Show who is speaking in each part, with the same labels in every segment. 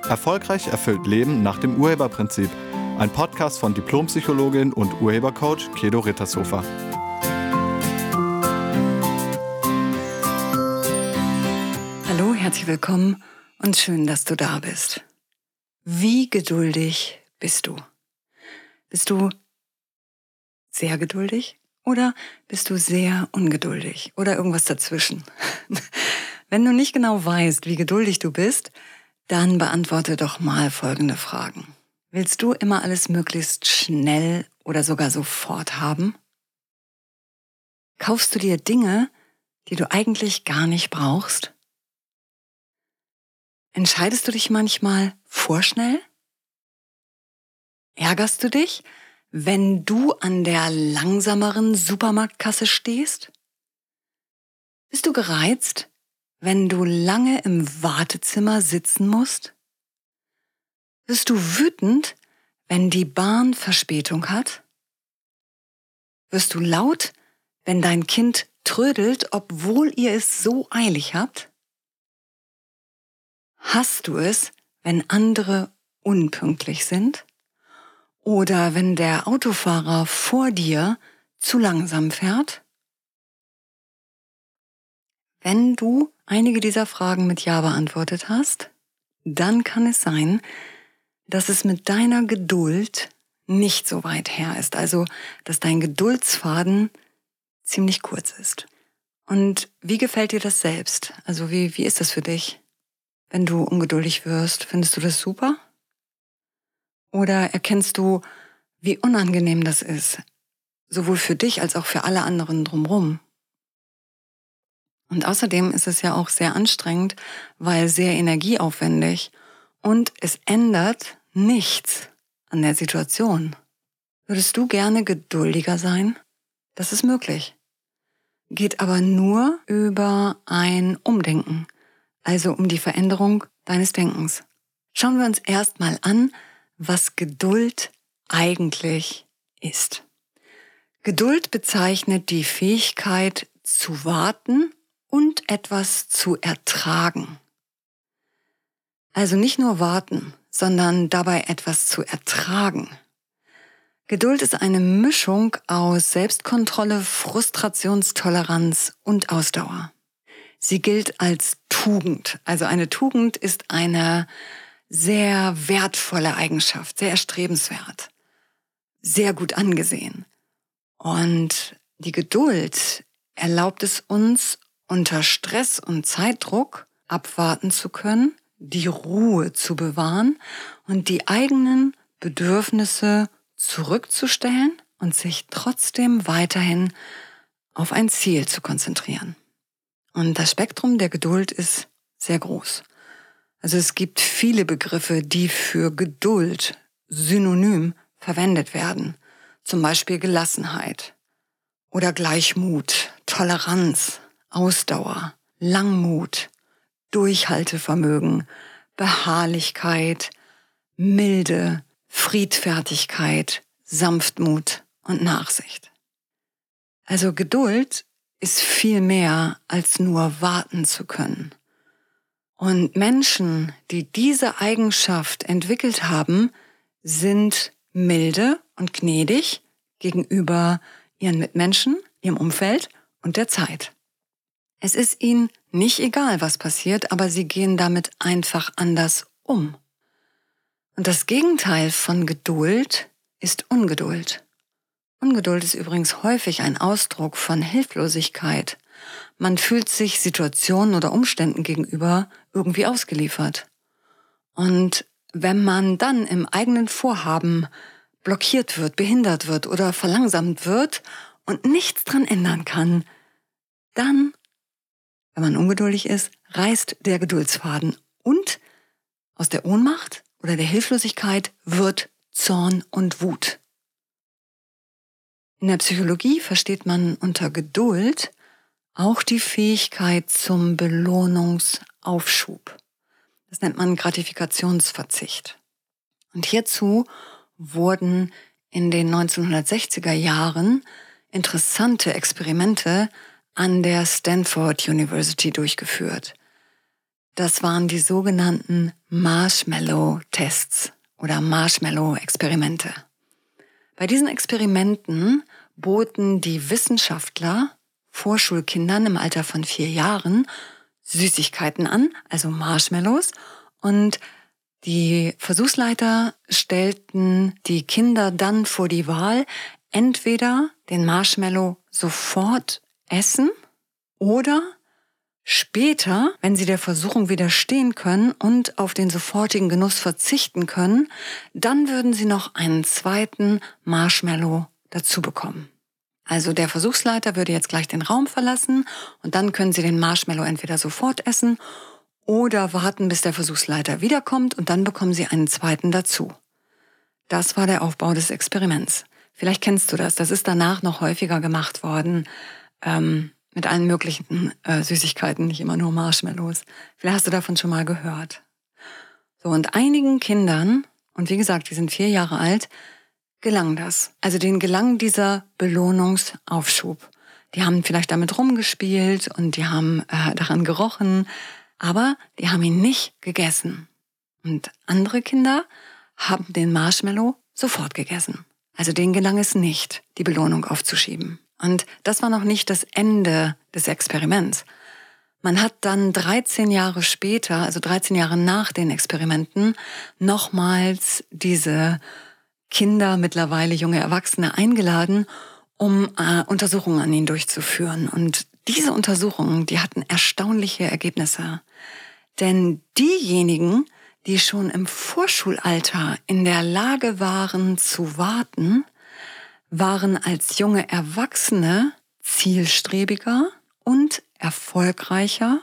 Speaker 1: Erfolgreich erfüllt Leben nach dem Urheberprinzip. Ein Podcast von Diplompsychologin und Urhebercoach Kedo Rittershofer.
Speaker 2: Hallo, herzlich willkommen und schön, dass du da bist. Wie geduldig bist du? Bist du sehr geduldig oder bist du sehr ungeduldig oder irgendwas dazwischen? Wenn du nicht genau weißt, wie geduldig du bist, dann beantworte doch mal folgende Fragen. Willst du immer alles möglichst schnell oder sogar sofort haben? Kaufst du dir Dinge, die du eigentlich gar nicht brauchst? Entscheidest du dich manchmal vorschnell? Ärgerst du dich, wenn du an der langsameren Supermarktkasse stehst? Bist du gereizt, wenn du lange im Wartezimmer sitzen musst? Bist du wütend, wenn die Bahn Verspätung hat? Wirst du laut, wenn dein Kind trödelt, obwohl ihr es so eilig habt? Hasst du es, wenn andere unpünktlich sind? Oder wenn der Autofahrer vor dir zu langsam fährt? Wenn du einige dieser Fragen mit Ja beantwortet hast, dann kann es sein, dass es mit deiner Geduld nicht so weit her ist. Also, dass dein Geduldsfaden ziemlich kurz ist. Und wie gefällt dir das selbst? Also, wie ist das für dich, wenn du ungeduldig wirst? Findest du das super? Oder erkennst du, wie unangenehm das ist? Sowohl für dich als auch für alle anderen drumherum. Und außerdem ist es ja auch sehr anstrengend, weil sehr energieaufwendig und es ändert nichts an der Situation. Würdest du gerne geduldiger sein? Das ist möglich. Geht aber nur über ein Umdenken, also um die Veränderung deines Denkens. Schauen wir uns erstmal an, was Geduld eigentlich ist. Geduld bezeichnet die Fähigkeit zu warten und etwas zu ertragen. Also nicht nur warten, sondern dabei etwas zu ertragen. Geduld ist eine Mischung aus Selbstkontrolle, Frustrationstoleranz und Ausdauer. Sie gilt als Tugend. Also eine Tugend ist eine sehr wertvolle Eigenschaft, sehr erstrebenswert, sehr gut angesehen. Und die Geduld erlaubt es uns, unter Stress und Zeitdruck abwarten zu können, die Ruhe zu bewahren und die eigenen Bedürfnisse zurückzustellen und sich trotzdem weiterhin auf ein Ziel zu konzentrieren. Und das Spektrum der Geduld ist sehr groß. Also es gibt viele Begriffe, die für Geduld synonym verwendet werden. Zum Beispiel Gelassenheit oder Gleichmut, Toleranz, Ausdauer, Langmut, Durchhaltevermögen, Beharrlichkeit, Milde, Friedfertigkeit, Sanftmut und Nachsicht. Also Geduld ist viel mehr als nur warten zu können. Und Menschen, die diese Eigenschaft entwickelt haben, sind milde und gnädig gegenüber ihren Mitmenschen, ihrem Umfeld und der Zeit. Es ist ihnen nicht egal, was passiert, aber sie gehen damit einfach anders um. Und das Gegenteil von Geduld ist Ungeduld. Ungeduld ist übrigens häufig ein Ausdruck von Hilflosigkeit. Man fühlt sich Situationen oder Umständen gegenüber irgendwie ausgeliefert. Und wenn man dann im eigenen Vorhaben blockiert wird, behindert wird oder verlangsamt wird und nichts dran ändern kann, dann, wenn man ungeduldig ist, reißt der Geduldsfaden und aus der Ohnmacht oder der Hilflosigkeit wird Zorn und Wut. In der Psychologie versteht man unter Geduld auch die Fähigkeit zum Belohnungsaufschub. Das nennt man Gratifikationsverzicht. Und hierzu wurden in den 1960er Jahren interessante Experimente an der Stanford University durchgeführt. das waren die sogenannten Marshmallow-Tests oder Marshmallow-Experimente. Bei diesen Experimenten boten die Wissenschaftler Vorschulkindern im Alter von 4 Jahren Süßigkeiten an, also Marshmallows, und die Versuchsleiter stellten die Kinder dann vor die Wahl, entweder den Marshmallow sofort essen oder später, wenn sie der Versuchung widerstehen können und auf den sofortigen Genuss verzichten können, dann würden sie noch einen zweiten Marshmallow dazu bekommen. Also der Versuchsleiter würde jetzt gleich den Raum verlassen und dann können sie den Marshmallow entweder sofort essen oder warten, bis der Versuchsleiter wiederkommt und dann bekommen sie einen zweiten dazu. Das war der Aufbau des Experiments. Vielleicht kennst du das. Das ist danach noch häufiger gemacht worden, mit allen möglichen Süßigkeiten, nicht immer nur Marshmallows. Vielleicht hast du davon schon mal gehört. So, und einigen Kindern, und wie gesagt, die sind 4 Jahre alt, gelang das. Also denen gelang dieser Belohnungsaufschub. Die haben vielleicht damit rumgespielt und die haben daran gerochen, aber die haben ihn nicht gegessen. Und andere Kinder haben den Marshmallow sofort gegessen. Also denen gelang es nicht, die Belohnung aufzuschieben. Und das war noch nicht das Ende des Experiments. Man hat dann 13 Jahre später, also 13 Jahre nach den Experimenten, nochmals diese Kinder, mittlerweile junge Erwachsene, eingeladen, um Untersuchungen an ihnen durchzuführen. Und diese Untersuchungen, die hatten erstaunliche Ergebnisse. Denn diejenigen, die schon im Vorschulalter in der Lage waren zu warten, waren als junge Erwachsene zielstrebiger und erfolgreicher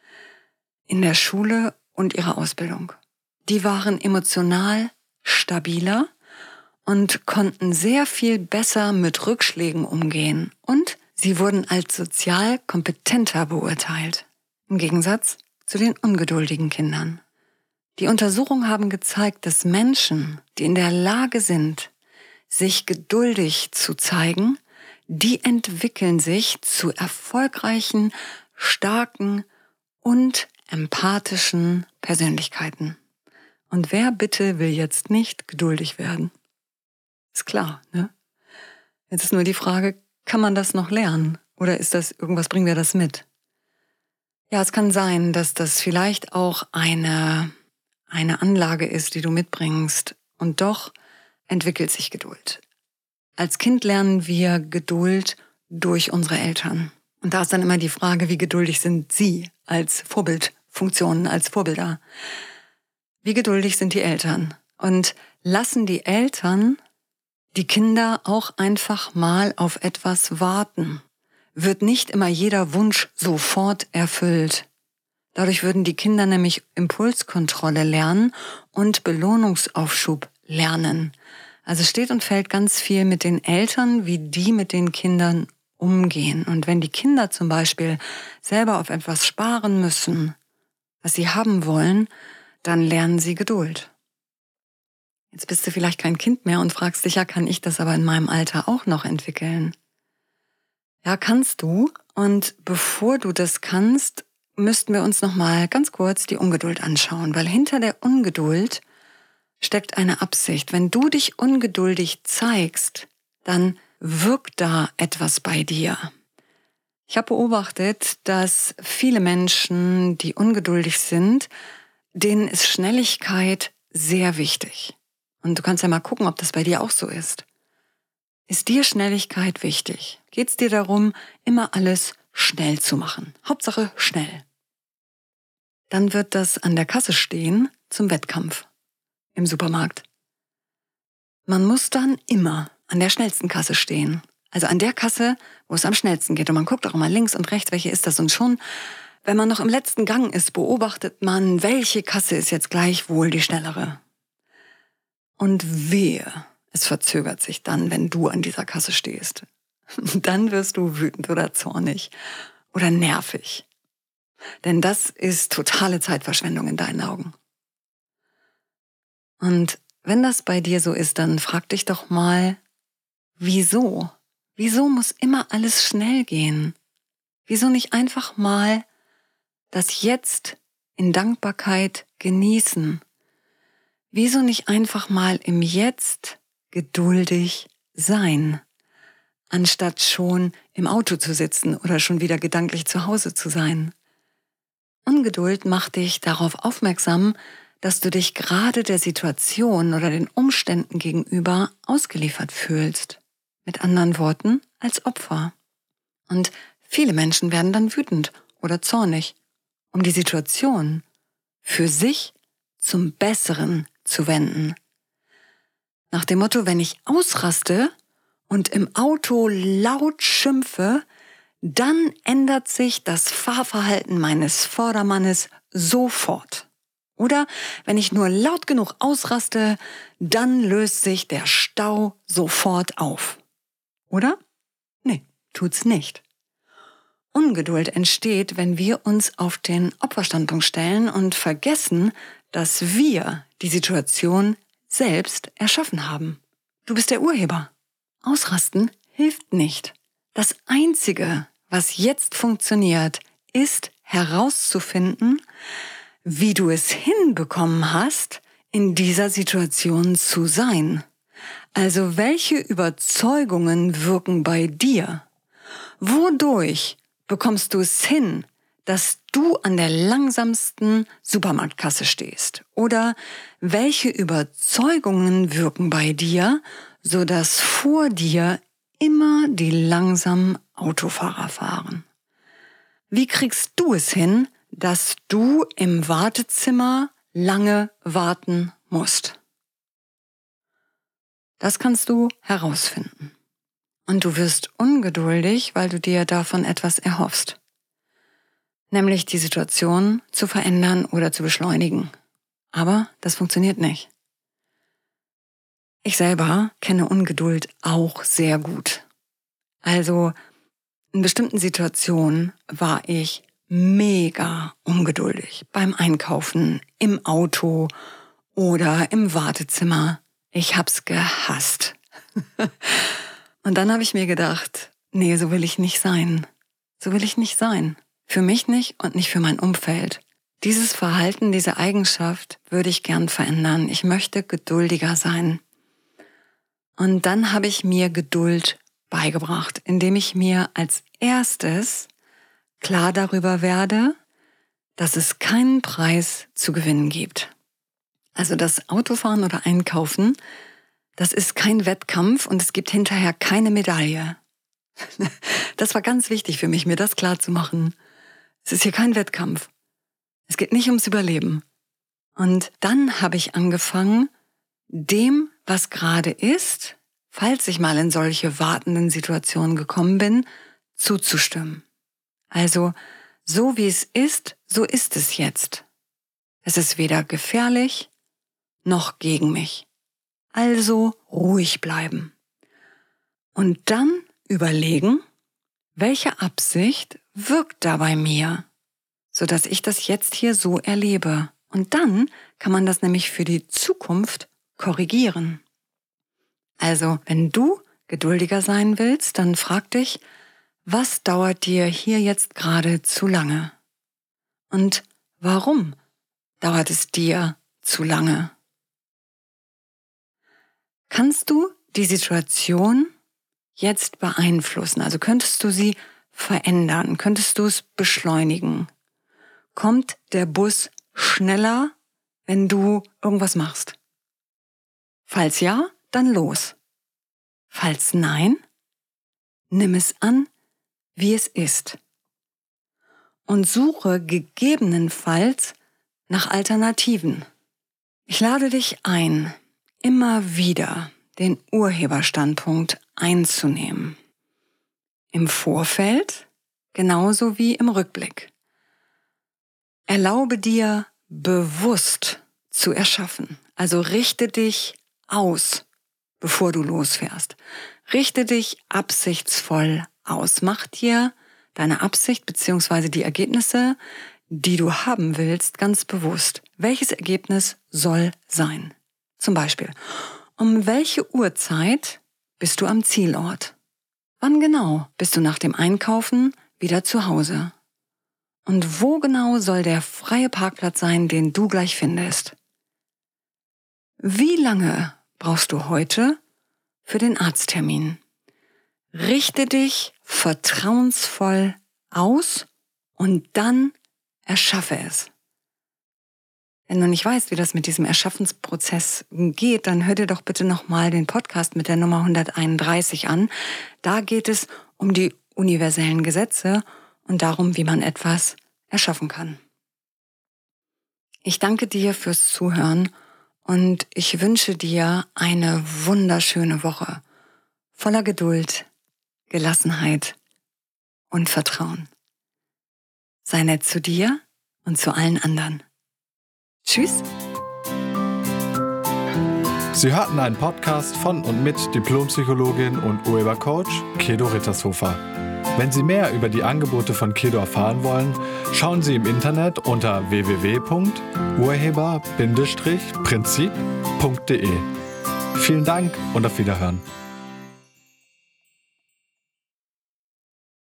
Speaker 2: in der Schule und ihrer Ausbildung. Die waren emotional stabiler und konnten sehr viel besser mit Rückschlägen umgehen und sie wurden als sozial kompetenter beurteilt. Im Gegensatz zu den ungeduldigen Kindern. Die Untersuchungen haben gezeigt, dass Menschen, die in der Lage sind, sich geduldig zu zeigen, die entwickeln sich zu erfolgreichen, starken und empathischen Persönlichkeiten. Und wer bitte will jetzt nicht geduldig werden? Ist klar, ne? Jetzt ist nur die Frage, kann man das noch lernen? Oder ist das irgendwas, bringen wir das mit? Ja, es kann sein, dass das vielleicht auch eine Anlage ist, die du mitbringst. Und doch entwickelt sich Geduld. Als Kind lernen wir Geduld durch unsere Eltern. Und da ist dann immer die Frage, wie geduldig sind sie als Vorbildfunktionen, als Vorbilder? Wie geduldig sind die Eltern? Und lassen die Eltern die Kinder auch einfach mal auf etwas warten? Wird nicht immer jeder Wunsch sofort erfüllt. Dadurch würden die Kinder nämlich Impulskontrolle lernen und Belohnungsaufschub lernen. Also steht und fällt ganz viel mit den Eltern, wie die mit den Kindern umgehen. Und wenn die Kinder zum Beispiel selber auf etwas sparen müssen, was sie haben wollen, dann lernen sie Geduld. Jetzt bist du vielleicht kein Kind mehr und fragst dich, ja, kann ich das aber in meinem Alter auch noch entwickeln? Ja, kannst du. Und bevor du das kannst, müssten wir uns noch mal ganz kurz die Ungeduld anschauen, weil hinter der Ungeduld steckt eine Absicht. Wenn du dich ungeduldig zeigst, dann wirkt da etwas bei dir. Ich habe beobachtet, dass viele Menschen, die ungeduldig sind, denen ist Schnelligkeit sehr wichtig. Und du kannst ja mal gucken, ob das bei dir auch so ist. Ist dir Schnelligkeit wichtig? Geht es dir darum, immer alles schnell zu machen? Hauptsache schnell. Dann wird das an der Kasse stehen zum Wettkampf im Supermarkt. Man muss dann immer an der schnellsten Kasse stehen. Also an der Kasse, wo es am schnellsten geht. Und man guckt auch immer links und rechts, welche ist das. Und schon, wenn man noch im letzten Gang ist, beobachtet man, welche Kasse ist jetzt gleichwohl die schnellere. Und wehe, es verzögert sich dann, wenn du an dieser Kasse stehst. Dann wirst du wütend oder zornig oder nervig. Denn das ist totale Zeitverschwendung in deinen Augen. Und wenn das bei dir so ist, dann frag dich doch mal, wieso? Wieso muss immer alles schnell gehen? Wieso nicht einfach mal das Jetzt in Dankbarkeit genießen? Wieso nicht einfach mal im Jetzt geduldig sein, anstatt schon im Auto zu sitzen oder schon wieder gedanklich zu Hause zu sein? Ungeduld macht dich darauf aufmerksam, dass du dich gerade der Situation oder den Umständen gegenüber ausgeliefert fühlst. Mit anderen Worten, als Opfer. Und viele Menschen werden dann wütend oder zornig, um die Situation für sich zum Besseren zu wenden. Nach dem Motto, wenn ich ausraste und im Auto laut schimpfe, dann ändert sich das Fahrverhalten meines Vordermannes sofort. Oder wenn ich nur laut genug ausraste, dann löst sich der Stau sofort auf. Oder? Nee, tut's nicht. Ungeduld entsteht, wenn wir uns auf den Opferstandpunkt stellen und vergessen, dass wir die Situation selbst erschaffen haben. Du bist der Urheber. Ausrasten hilft nicht. Das Einzige, was jetzt funktioniert, ist herauszufinden, wie du es hinbekommen hast, in dieser Situation zu sein. Also welche Überzeugungen wirken bei dir? Wodurch bekommst du es hin, dass du an der langsamsten Supermarktkasse stehst? Oder welche Überzeugungen wirken bei dir, sodass vor dir immer die langsamen Autofahrer fahren? Wie kriegst du es hin, dass du im Wartezimmer lange warten musst? Das kannst du herausfinden. Und du wirst ungeduldig, weil du dir davon etwas erhoffst. Nämlich die Situation zu verändern oder zu beschleunigen. Aber das funktioniert nicht. Ich selber kenne Ungeduld auch sehr gut. Also in bestimmten Situationen war ich mega ungeduldig. Beim Einkaufen, im Auto oder im Wartezimmer. Ich hab's gehasst. Und dann habe ich mir gedacht, nee, so will ich nicht sein. So will ich nicht sein. Für mich nicht und nicht für mein Umfeld. Dieses Verhalten, diese Eigenschaft würde ich gern verändern. Ich möchte geduldiger sein. Und dann habe ich mir Geduld beigebracht, indem ich mir als erstes klar darüber werde, dass es keinen Preis zu gewinnen gibt. Also das Autofahren oder Einkaufen, das ist kein Wettkampf und es gibt hinterher keine Medaille. Das war ganz wichtig für mich, mir das klar zu machen. Es ist hier kein Wettkampf. Es geht nicht ums Überleben. Und dann habe ich angefangen, dem, was gerade ist, falls ich mal in solche wartenden Situationen gekommen bin, zuzustimmen. Also, so wie es ist, so ist es jetzt. Es ist weder gefährlich noch gegen mich. Also ruhig bleiben. Und dann überlegen, welche Absicht wirkt da bei mir, sodass ich das jetzt hier so erlebe. Und dann kann man das nämlich für die Zukunft korrigieren. Also, wenn du geduldiger sein willst, dann frag dich, was dauert dir hier jetzt gerade zu lange? Und warum dauert es dir zu lange? Kannst du die Situation jetzt beeinflussen? Also könntest du sie verändern? Könntest du es beschleunigen? Kommt der Bus schneller, wenn du irgendwas machst? Falls ja, dann los. Falls nein, nimm es an, wie es ist. Und suche gegebenenfalls nach Alternativen. Ich lade dich ein, immer wieder den Urheberstandpunkt einzunehmen. Im Vorfeld genauso wie im Rückblick. Erlaube dir bewusst zu erschaffen. Also richte dich aus, bevor du losfährst. Richte dich absichtsvoll aus. Mach dir deine Absicht bzw. die Ergebnisse, die du haben willst, ganz bewusst. Welches Ergebnis soll sein? Zum Beispiel, um welche Uhrzeit bist du am Zielort? Wann genau bist du nach dem Einkaufen wieder zu Hause? Und wo genau soll der freie Parkplatz sein, den du gleich findest? Wie lange brauchst du heute für den Arzttermin? Richte dich vertrauensvoll aus und dann erschaffe es. Wenn du nicht weißt, wie das mit diesem Erschaffensprozess geht, dann hör dir doch bitte nochmal den Podcast mit der Nummer 131 an. Da geht es um die universellen Gesetze und darum, wie man etwas erschaffen kann. Ich danke dir fürs Zuhören und ich wünsche dir eine wunderschöne Woche voller Geduld, Gelassenheit und Vertrauen. Sei nett zu dir und zu allen anderen. Tschüss!
Speaker 1: Sie hörten einen Podcast von und mit Diplompsychologin und Urhebercoach Kedo Rittershofer. Wenn Sie mehr über die Angebote von Kedo erfahren wollen, schauen Sie im Internet unter www.urheber-prinzip.de. Vielen Dank und auf Wiederhören.